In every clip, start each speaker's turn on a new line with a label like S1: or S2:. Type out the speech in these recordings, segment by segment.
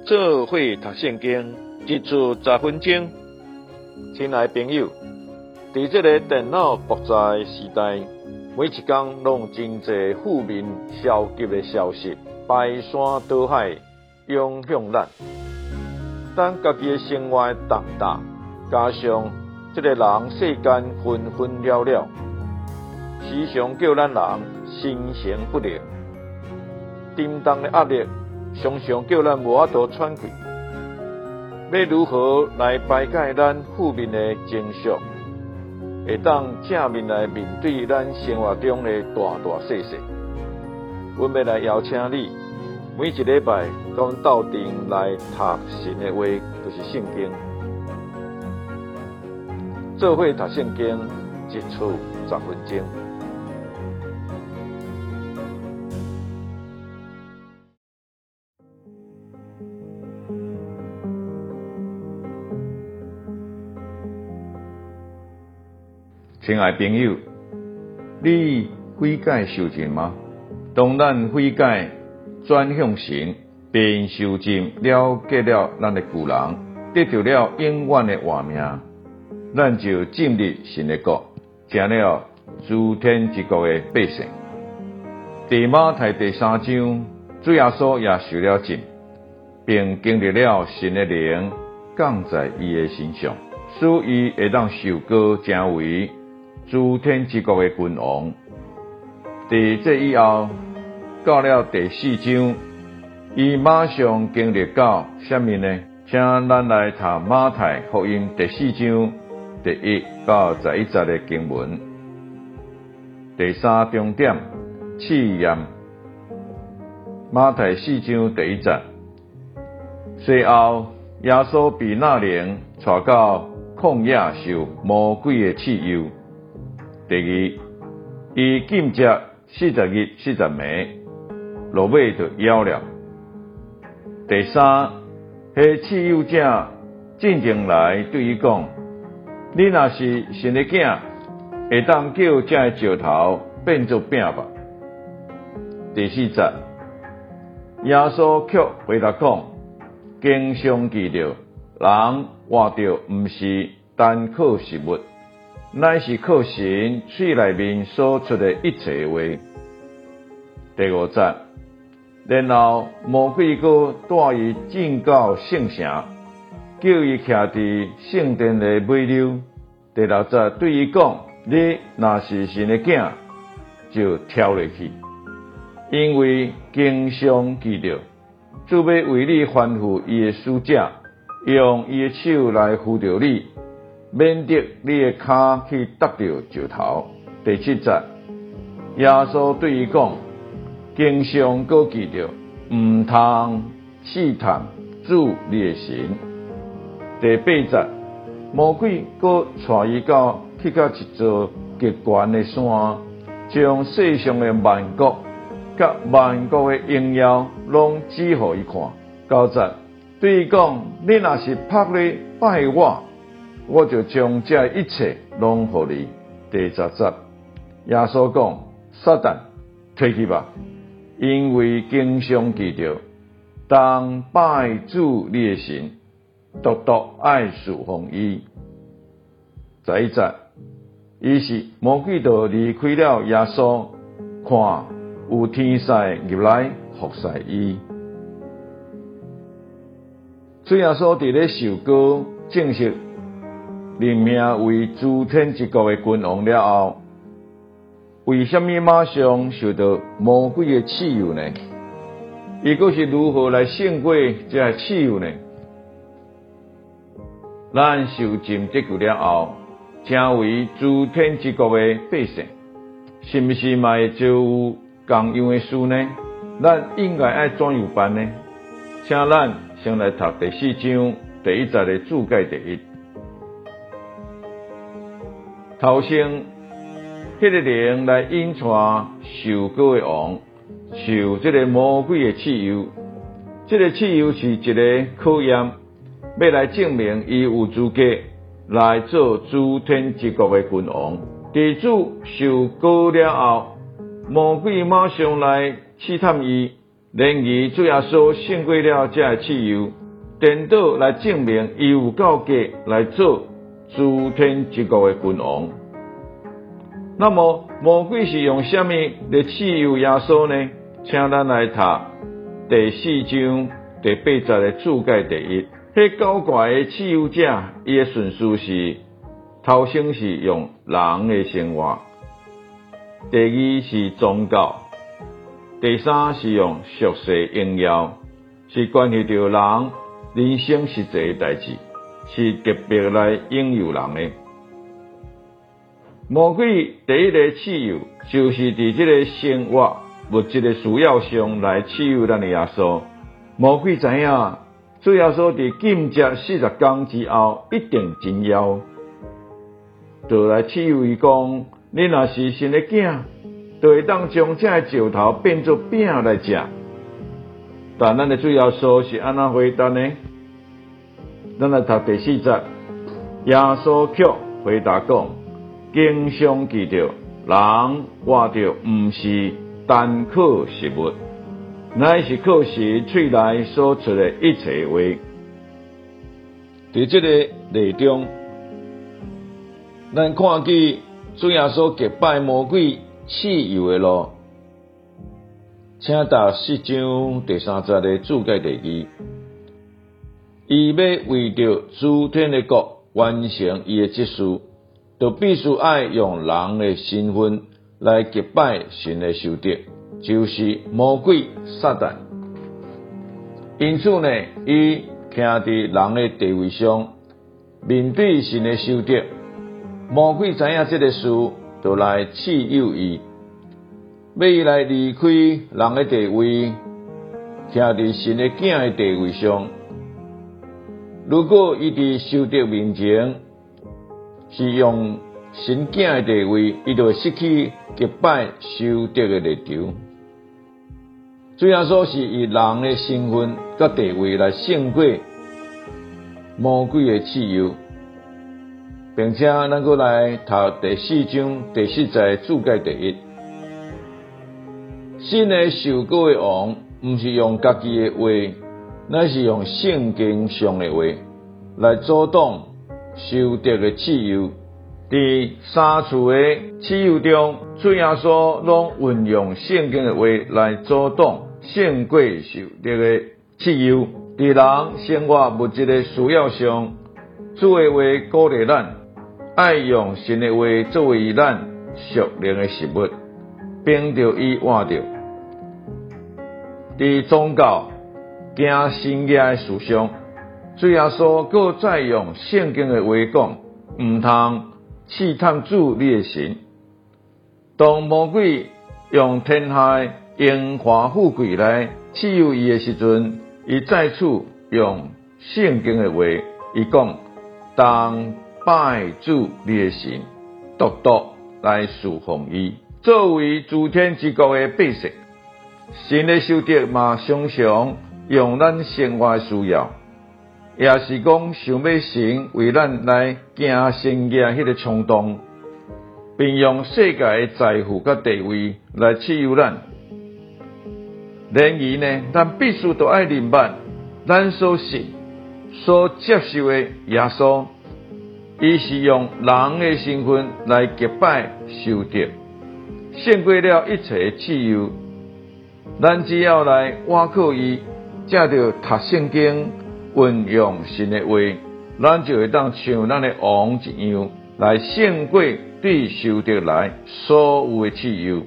S1: 做伙读圣经，一次10分钟。亲爱的朋友，在这个电脑复杂的时代，每一天拢真侪负面消极的消息排山倒海涌向咱。咱家己的生活重大，加上这个人世间纷纷扰扰，时常叫咱人心神不宁。沉重的压力常常叫咱无法度喘气。要如何来排解咱负面的情绪，会当正面来面对咱生活中的大大小小？阮要来邀请你，每一礼拜跟阮斗阵来读神的话，就是圣经。做伙读圣经，一次10分钟。亲爱的朋友，你悔改受尽吗？当咱悔改转向神，并受尽了解了咱的旧人，得到了永远的活命，咱就进入神的国，成了诸天之国的百姓。在马太第3章，主耶稣也受了浸，并经历了神的灵降在伊的身上，使伊会当受膏成为诸天之国的君王。在这以后，到了第4章，伊马上经历到什么呢？请咱来读马太福音第4章第1到11节的经文。第3重点，试验。马太4章第1节。随后，耶稣被那灵带到旷野受魔鬼的试诱。第2，伊禁食40日40暝，落尾就枵了。第3，迄试诱者进前来对伊讲：你若是神的囝，会当叫这个石头变作饼吧。第4节，耶稣却回答讲：经上记着，人活着毋是单靠食物，乃是靠神嘴内面所出的一切话。第5节，然后魔鬼阁带伊进到圣城，叫伊徛伫圣殿的尾溜。第6节对伊讲：你若是神的囝，就跳落去，因为经上记着，主要为你吩咐伊的使者，用伊的手来扶着你，免得你的脚去踏到石头。第7节，耶稣对伊讲：经上阁记着，毋通试探主你的神。第8节，魔鬼阁带伊去到一座极悬的山，将世上的万国甲万国的荣耀拢指互伊看。9节，对伊讲：你若是拍咧拜我就将这一切拢互你。第10节，耶稣讲：撒旦，退去吧，因为经上记着，当拜主你的神，独独爱侍奉伊。11节，于是魔鬼就离开了耶稣，看有天使入来服侍伊。主耶稣伫咧受膏正式任命为诸天之国的君王了后，为什么马上受到魔鬼的试诱呢？伊阁是如何来胜过这个试诱呢？咱受浸得救了后，成为诸天之国的百姓，是不是嘛会遭有同样的事呢？咱应该爱怎样办呢？请咱先来读第4章第1节的注解第1。头先，迄个灵来引带受膏的王，受这个魔鬼的试诱。这个试诱是一个考验，要来证明伊有资格来做诸天之国的君王。地主受膏了后，魔鬼马上来试探伊， 然而主耶稣胜过了这个试诱，颠倒来证明伊有够格来做诸天之国的君王。那么魔鬼是用什么来试诱耶稣呢？请咱来读第4章第8节的注解第1。迄搞怪的试诱者，伊的顺序是：头先是用人的生活，第2是宗教，第3是用俗世应用，是关系到人人生实际的代志，是特别来应诱人的。魔鬼第一个试诱，就是伫这个生活物质的需要上来试诱咱的耶稣。魔鬼知影主耶稣伫禁食40天之后一定真枵，就来试诱伊讲：你若是神的囝，就会当将这个石头变作饼来食。但咱的主耶稣是安怎回答呢？咱来读第4节，耶稣却回答讲：经上记着，人活着毋是单靠食物，乃是靠神嘴内所出的一切话。伫这个内中，咱看见主耶稣击败魔鬼试诱的路，请读4章第3节的注解第2。伊要为着诸天的国完成伊的职事，就必须爱用人的身份来击败神的仇敌，就是魔鬼撒旦。因此呢，伊徛伫人的地位上，面对神的仇敌。魔鬼知影这个事，就来试诱伊，要伊来离开人的地位，徛伫神的囝的地位上。如果伊伫仇敌面前是用神囝的地位，伊就会失去击败仇敌的立场。主耶稣是以人的身份甲地位来胜过魔鬼的试诱，并且咱阁来读第4章第4节注解第1。新的受膏的王，毋是用家己的话，乃是用圣经上的话来阻挡仇敌的试诱。伫3次的试诱中，主耶稣拢运用圣经的话来阻挡胜过仇敌的试诱。伫人生活物质的需要上，主的话鼓励咱爱用神的话作为咱属灵的食物，并着伊活着。伫宗教行神业的事上，主耶稣搁再用圣经的话讲，毋通试探主你的神。当魔鬼用天下荣华富贵来试诱伊的时阵，伊再次用圣经的话，伊讲：当拜主你的神，独独来侍奉伊。作为诸天之国的百姓，神的仇敌嘛常常用咱生活的需要，也是讲想要神为咱来行神业迄个冲动，并用世界的财富甲地位来试诱咱。然而呢，咱必须都爱明白，咱所信、所接受的耶稣，伊是用人的身份来击败仇敌，胜过了一切的试诱。咱只要来倚靠伊，才着读圣经，运用神的话，咱就会当像咱的王一样，来胜过对仇敌来所有的试诱。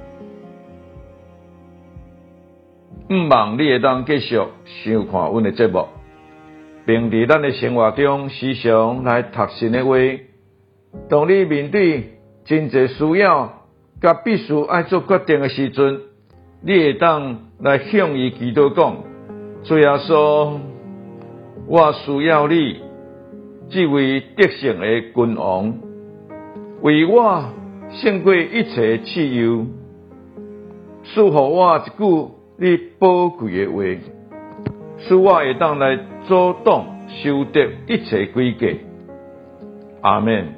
S1: 毋望你会当继续收看阮的节目，并伫咱的生活中时常来读神的话。当你面对真侪需要，甲必须爱做决定的时阵，你会当来向伊祈祷讲：主耶稣，我需要你这位得胜的君王，为我胜过一切试诱，赐予我一句你宝贵的话，使我会当来阻挡仇敌一切诡计。阿们。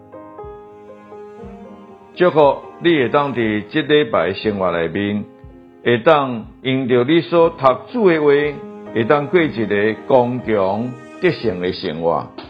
S1: 祝福你会当伫这礼拜生活内面， 会当用着你所读主的话，会当过一个刚强得胜的生活。